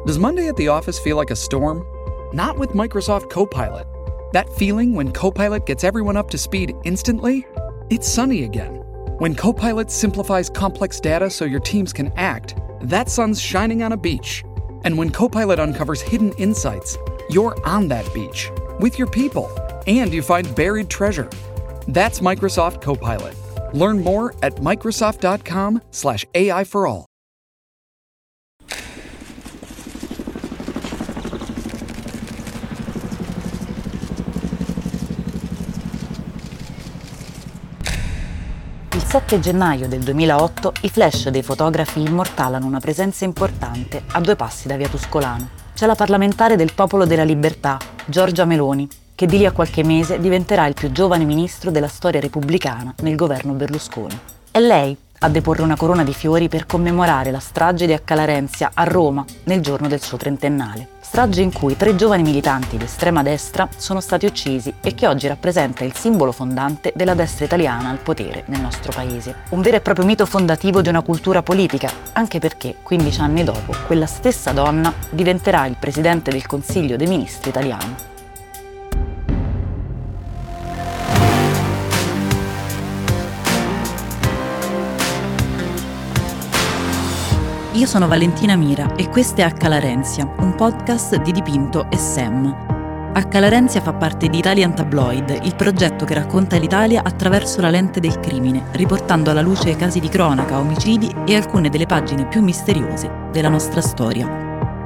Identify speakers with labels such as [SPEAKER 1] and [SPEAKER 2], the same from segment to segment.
[SPEAKER 1] Does Monday at the office feel like a storm? Not with Microsoft Copilot. That feeling when Copilot gets everyone up to speed instantly? It's sunny again. When Copilot simplifies complex data so your teams can act, that sun's shining on a beach. And when Copilot uncovers hidden insights, you're on that beach with your people, and you find buried treasure. That's Microsoft Copilot. Learn more at Microsoft.com/AI for all.
[SPEAKER 2] Il 7 gennaio del 2008 i flash dei fotografi immortalano una presenza importante a 2 passi da via Tuscolano. C'è la parlamentare del Popolo della Libertà, Giorgia Meloni, che di lì a qualche mese diventerà il più giovane ministro della storia repubblicana nel governo Berlusconi. È lei a deporre una corona di fiori per commemorare la strage di Accalarenzia a Roma nel giorno del suo trentennale. Strage in cui 3 giovani militanti d'estrema destra sono stati uccisi e che oggi rappresenta il simbolo fondante della destra italiana al potere nel nostro paese. Un vero e proprio mito fondativo di una cultura politica, anche perché 15 anni dopo quella stessa donna diventerà il presidente del Consiglio dei Ministri italiano. Io sono Valentina Mira e questo è Accalarenzia, un podcast di Dipinto e Sam. Accalarenzia fa parte di Italian Tabloid, il progetto che racconta l'Italia attraverso la lente del crimine, riportando alla luce casi di cronaca, omicidi e alcune delle pagine più misteriose della nostra storia.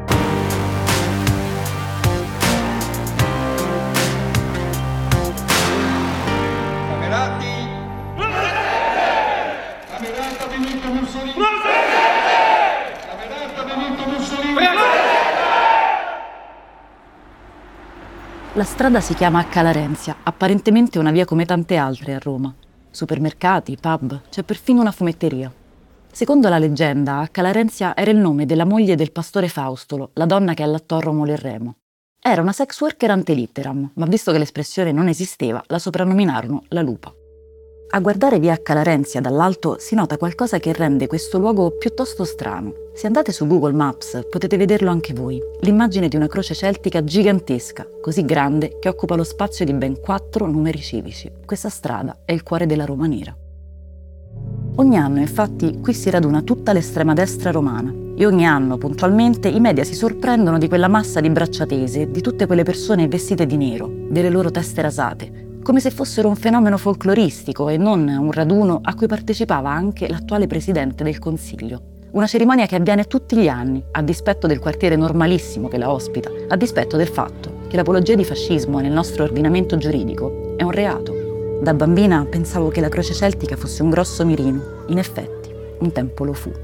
[SPEAKER 2] La strada si chiama Accalarenzia, apparentemente una via come tante altre a Roma. Supermercati, pub, c'è perfino una fumetteria. Secondo la leggenda, Accalarenzia era il nome della moglie del pastore Faustolo, la donna che allattò Romolo e Remo. Era una sex worker ante litteram, ma visto che l'espressione non esisteva, la soprannominarono la lupa. A guardare via Accalarenzia dall'alto si nota qualcosa che rende questo luogo piuttosto strano. Se andate su Google Maps potete vederlo anche voi. L'immagine di una croce celtica gigantesca, così grande che occupa lo spazio di ben 4 numeri civici. Questa strada è il cuore della Roma nera. Ogni anno, infatti, qui si raduna tutta l'estrema destra romana e ogni anno, puntualmente, i media si sorprendono di quella massa di braccia tese, di tutte quelle persone vestite di nero, delle loro teste rasate, come se fossero un fenomeno folcloristico e non un raduno a cui partecipava anche l'attuale presidente del Consiglio. Una cerimonia che avviene tutti gli anni, a dispetto del quartiere normalissimo che la ospita, a dispetto del fatto che l'apologia di fascismo nel nostro ordinamento giuridico è un reato. Da bambina pensavo che la croce celtica fosse un grosso mirino. In effetti, un tempo lo fu.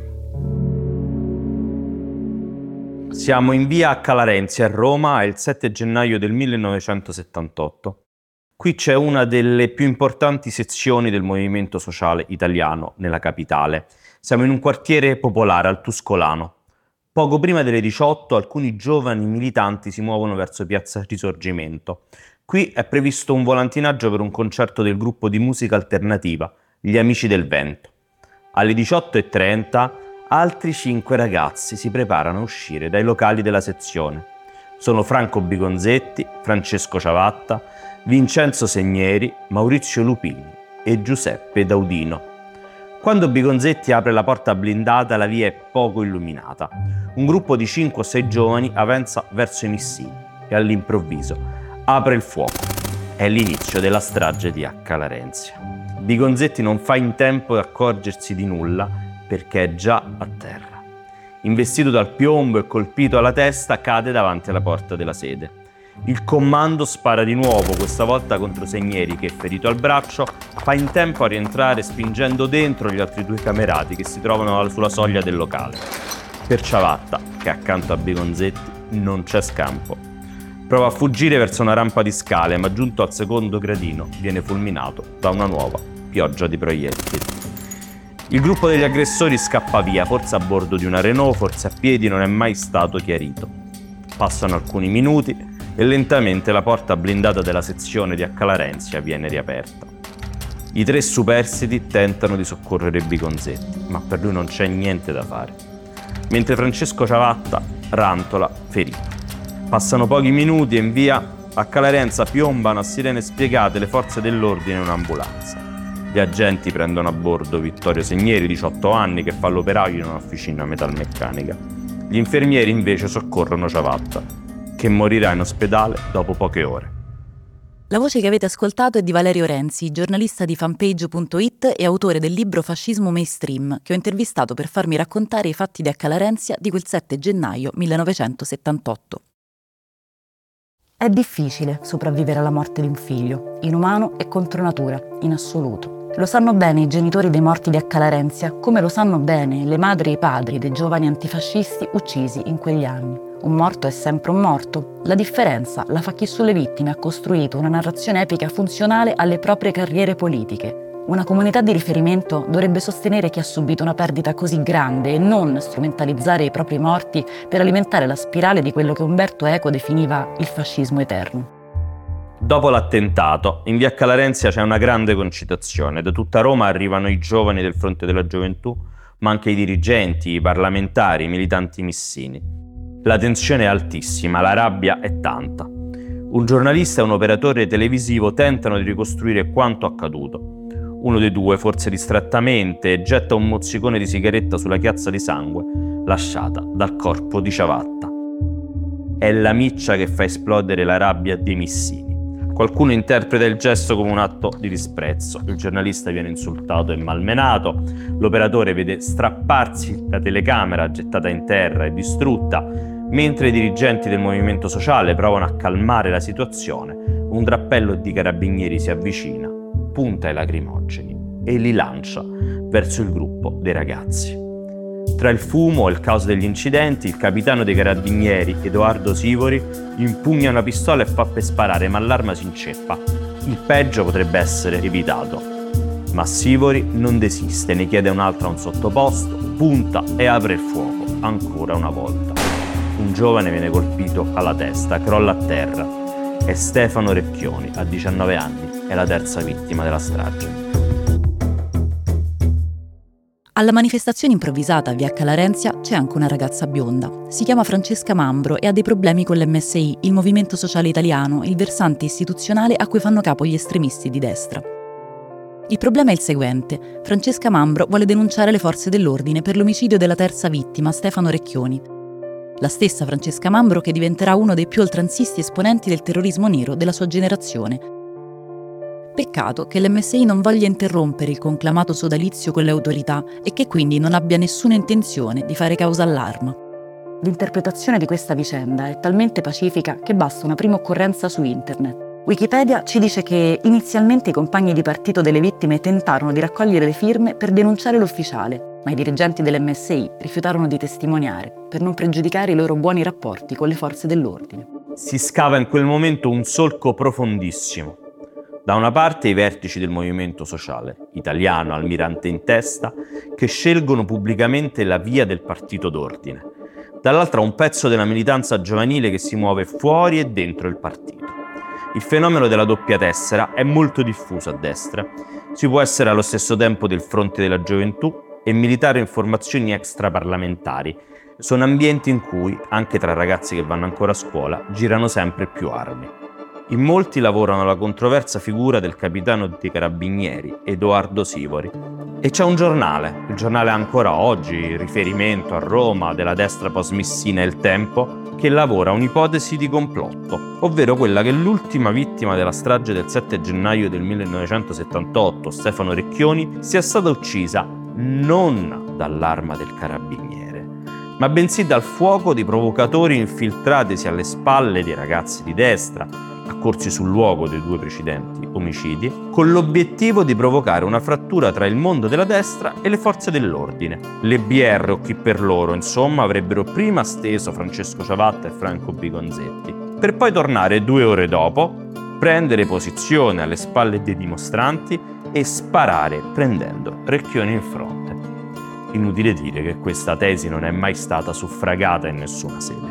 [SPEAKER 3] Siamo in via Accalarenzia a Roma, è il 7 gennaio del 1978. Qui c'è una delle più importanti sezioni del movimento sociale italiano nella capitale. Siamo in un quartiere popolare al Tuscolano. Poco prima delle 18 alcuni giovani militanti si muovono verso Piazza Risorgimento. Qui è previsto un volantinaggio per un concerto del gruppo di musica alternativa, Gli Amici del Vento. Alle 18:30 altri 5 ragazzi si preparano a uscire dai locali della sezione. Sono Franco Bigonzetti, Francesco Ciavatta, Vincenzo Segneri, Maurizio Lupini e Giuseppe Daudino. Quando Bigonzetti apre la porta blindata, la via è poco illuminata. Un gruppo di 5 o 6 giovani avanza verso i missili e all'improvviso apre il fuoco. È l'inizio della strage di Accalarenzia. Bigonzetti non fa in tempo ad accorgersi di nulla perché è già a terra. Investito dal piombo e colpito alla testa, cade davanti alla porta della sede. Il comando spara di nuovo, questa volta contro Segneri che, ferito al braccio, fa in tempo a rientrare spingendo dentro gli altri 2 camerati che si trovano sulla soglia del locale. Per Ciavatta, che è accanto a Bigonzetti, non c'è scampo. Prova a fuggire verso una rampa di scale, ma giunto al secondo gradino viene fulminato da una nuova pioggia di proiettili. Il gruppo degli aggressori scappa via, forse a bordo di una Renault, forse a piedi, non è mai stato chiarito. Passano alcuni minuti e lentamente la porta blindata della sezione di Accalarenzia viene riaperta. I 3 superstiti tentano di soccorrere Bigonzetti, ma per lui non c'è niente da fare. Mentre Francesco Ciavatta rantola ferito. Passano pochi minuti e in via a Calarenza piombano a sirene spiegate le forze dell'ordine in un'ambulanza. Gli agenti prendono a bordo Vittorio Segnieri, 18 anni, che fa l'operaio in un'officina metalmeccanica. Gli infermieri invece soccorrono Ciavatta, che morirà in ospedale dopo poche ore.
[SPEAKER 2] La voce che avete ascoltato è di Valerio Renzi, giornalista di fanpage.it e autore del libro Fascismo Mainstream, che ho intervistato per farmi raccontare i fatti di Accalarenzia di quel 7 gennaio 1978. È difficile sopravvivere alla morte di un figlio, inumano e contro natura, in assoluto. Lo sanno bene i genitori dei morti di Accalarenzia, come lo sanno bene le madri e i padri dei giovani antifascisti uccisi in quegli anni. Un morto è sempre un morto. La differenza la fa chi sulle vittime ha costruito una narrazione epica funzionale alle proprie carriere politiche. Una comunità di riferimento dovrebbe sostenere chi ha subito una perdita così grande e non strumentalizzare i propri morti per alimentare la spirale di quello che Umberto Eco definiva il fascismo eterno.
[SPEAKER 3] Dopo l'attentato, in via Accalarenzia c'è una grande concitazione. Da tutta Roma arrivano i giovani del Fronte della Gioventù, ma anche i dirigenti, i parlamentari, i militanti missini. La tensione è altissima, la rabbia è tanta. Un giornalista e un operatore televisivo tentano di ricostruire quanto accaduto. Uno dei due, forse distrattamente, getta un mozzicone di sigaretta sulla chiazza di sangue lasciata dal corpo di Ciavatta. È la miccia che fa esplodere la rabbia dei missini. Qualcuno interpreta il gesto come un atto di disprezzo. Il giornalista viene insultato e malmenato. L'operatore vede strapparsi la telecamera gettata in terra e distrutta. Mentre i dirigenti del movimento sociale provano a calmare la situazione, un drappello di carabinieri si avvicina, punta ai lacrimogeni e li lancia verso il gruppo dei ragazzi. Tra il fumo e il caos degli incidenti, il capitano dei carabinieri, Edoardo Sivori, impugna una pistola e fa per sparare, ma l'arma si inceppa. Il peggio potrebbe essere evitato. Ma Sivori non desiste, ne chiede un'altra a un sottoposto, punta e apre il fuoco, ancora una volta. Un giovane viene colpito alla testa, crolla a terra. È Stefano Recchioni, a 19 anni, è la terza vittima della strage.
[SPEAKER 2] Alla manifestazione improvvisata a via Accalarenzia c'è anche una ragazza bionda. Si chiama Francesca Mambro e ha dei problemi con l'MSI, il Movimento Sociale Italiano, il versante istituzionale a cui fanno capo gli estremisti di destra. Il problema è il seguente: Francesca Mambro vuole denunciare le forze dell'ordine per l'omicidio della terza vittima, Stefano Recchioni. La stessa Francesca Mambro che diventerà uno dei più oltranzisti esponenti del terrorismo nero della sua generazione. Peccato che l'MSI non voglia interrompere il conclamato sodalizio con le autorità e che quindi non abbia nessuna intenzione di fare causa all'arma. L'interpretazione di questa vicenda è talmente pacifica che basta una prima occorrenza su internet. Wikipedia ci dice che inizialmente i compagni di partito delle vittime tentarono di raccogliere le firme per denunciare l'ufficiale, ma i dirigenti dell'MSI rifiutarono di testimoniare per non pregiudicare i loro buoni rapporti con le forze dell'ordine.
[SPEAKER 3] Si scava in quel momento un solco profondissimo. Da una parte i vertici del movimento sociale italiano, Almirante in testa, che scelgono pubblicamente la via del partito d'ordine. Dall'altra un pezzo della militanza giovanile che si muove fuori e dentro il partito. Il fenomeno della doppia tessera è molto diffuso a destra. Si può essere allo stesso tempo del Fronte della Gioventù e militare in formazioni extraparlamentari. Sono ambienti in cui, anche tra ragazzi che vanno ancora a scuola, girano sempre più armi. In molti lavorano alla controversa figura del capitano dei carabinieri, Edoardo Sivori. E c'è un giornale, il giornale ancora oggi, riferimento a Roma, della destra post-missina Il Tempo, che lavora un'ipotesi di complotto, ovvero quella che l'ultima vittima della strage del 7 gennaio del 1978, Stefano Recchioni, sia stata uccisa non dall'arma del carabiniere, ma bensì dal fuoco di provocatori infiltratisi alle spalle dei ragazzi di destra, accorsi sul luogo dei due precedenti omicidi, con l'obiettivo di provocare una frattura tra il mondo della destra e le forze dell'ordine. Le BR o chi per loro, insomma, avrebbero prima steso Francesco Ciavatta e Franco Bigonzetti, per poi tornare 2 ore dopo, prendere posizione alle spalle dei dimostranti e sparare prendendo Recchioni in fronte. Inutile dire che questa tesi non è mai stata suffragata in nessuna sede.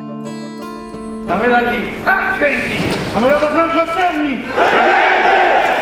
[SPEAKER 4] Damela lì! Senti! Avevate Franco Anselmi!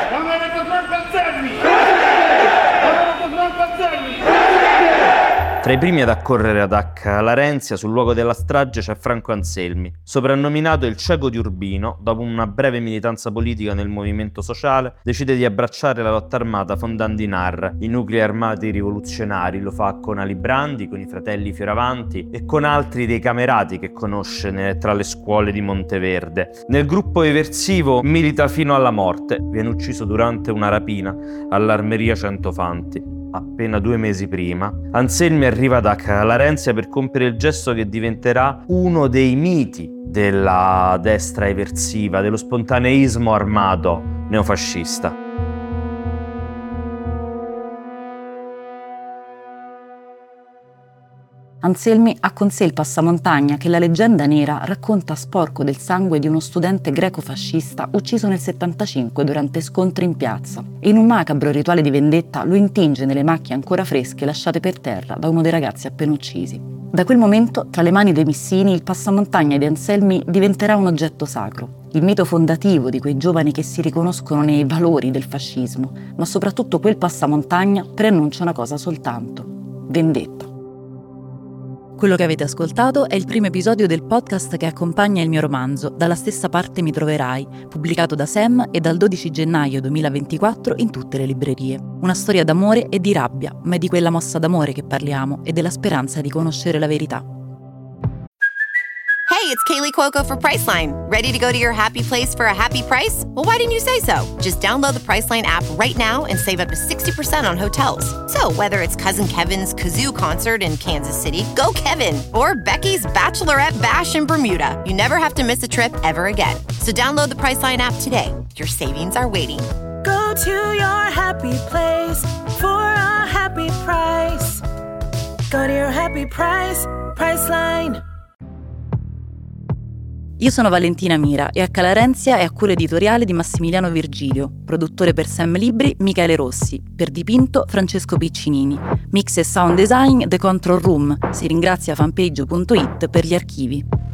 [SPEAKER 4] Avevate Franco Anselmi! Avevate Franco Anselmi!
[SPEAKER 3] Fra i primi ad accorrere ad Acca Larenzia sul luogo della strage c'è Franco Anselmi, soprannominato il cieco di Urbino. Dopo una breve militanza politica nel movimento sociale, decide di abbracciare la lotta armata fondando i NAR, i nuclei armati rivoluzionari. Lo fa con Alibrandi, con i fratelli Fioravanti e con altri dei camerati che conosce tra le scuole di Monteverde. Nel gruppo eversivo milita fino alla morte, viene ucciso durante una rapina all'Armeria Centofanti. Appena 2 mesi prima, Anselmi arriva ad Acca Larenzia per compiere il gesto che diventerà uno dei miti della destra eversiva, dello spontaneismo armato neofascista.
[SPEAKER 2] Anselmi ha con sé il passamontagna che la leggenda nera racconta sporco del sangue di uno studente greco-fascista ucciso nel 75 durante scontri in piazza, e in un macabro rituale di vendetta lo intinge nelle macchie ancora fresche lasciate per terra da uno dei ragazzi appena uccisi. Da quel momento, tra le mani dei missini, il passamontagna di Anselmi diventerà un oggetto sacro, il mito fondativo di quei giovani che si riconoscono nei valori del fascismo, ma soprattutto quel passamontagna preannuncia una cosa soltanto: vendetta. Quello che avete ascoltato è il primo episodio del podcast che accompagna il mio romanzo Dalla stessa parte mi troverai, pubblicato da Sam e dal 12 gennaio 2024 in tutte le librerie. Una storia d'amore e di rabbia, ma è di quella mossa d'amore che parliamo e della speranza di conoscere la verità.
[SPEAKER 5] Hey, it's Kaylee Cuoco for Priceline. Ready to go to your happy place for a happy price? Well, why didn't you say so? Just download the Priceline app right now and save up to 60% on hotels. So whether it's Cousin Kevin's Kazoo Concert in Kansas City, go Kevin, or Becky's Bachelorette Bash in Bermuda, you never have to miss a trip ever again. So download the Priceline app today. Your savings are waiting.
[SPEAKER 6] Go to your happy place for a happy price. Go to your happy price, Priceline.
[SPEAKER 2] Io sono Valentina Mira e Acca Larenzia è a cura editoriale di Massimiliano Virgilio, produttore per Sam Libri Michele Rossi, per Dipinto Francesco Piccinini, mix e sound design The Control Room. Si ringrazia fanpage.it per gli archivi.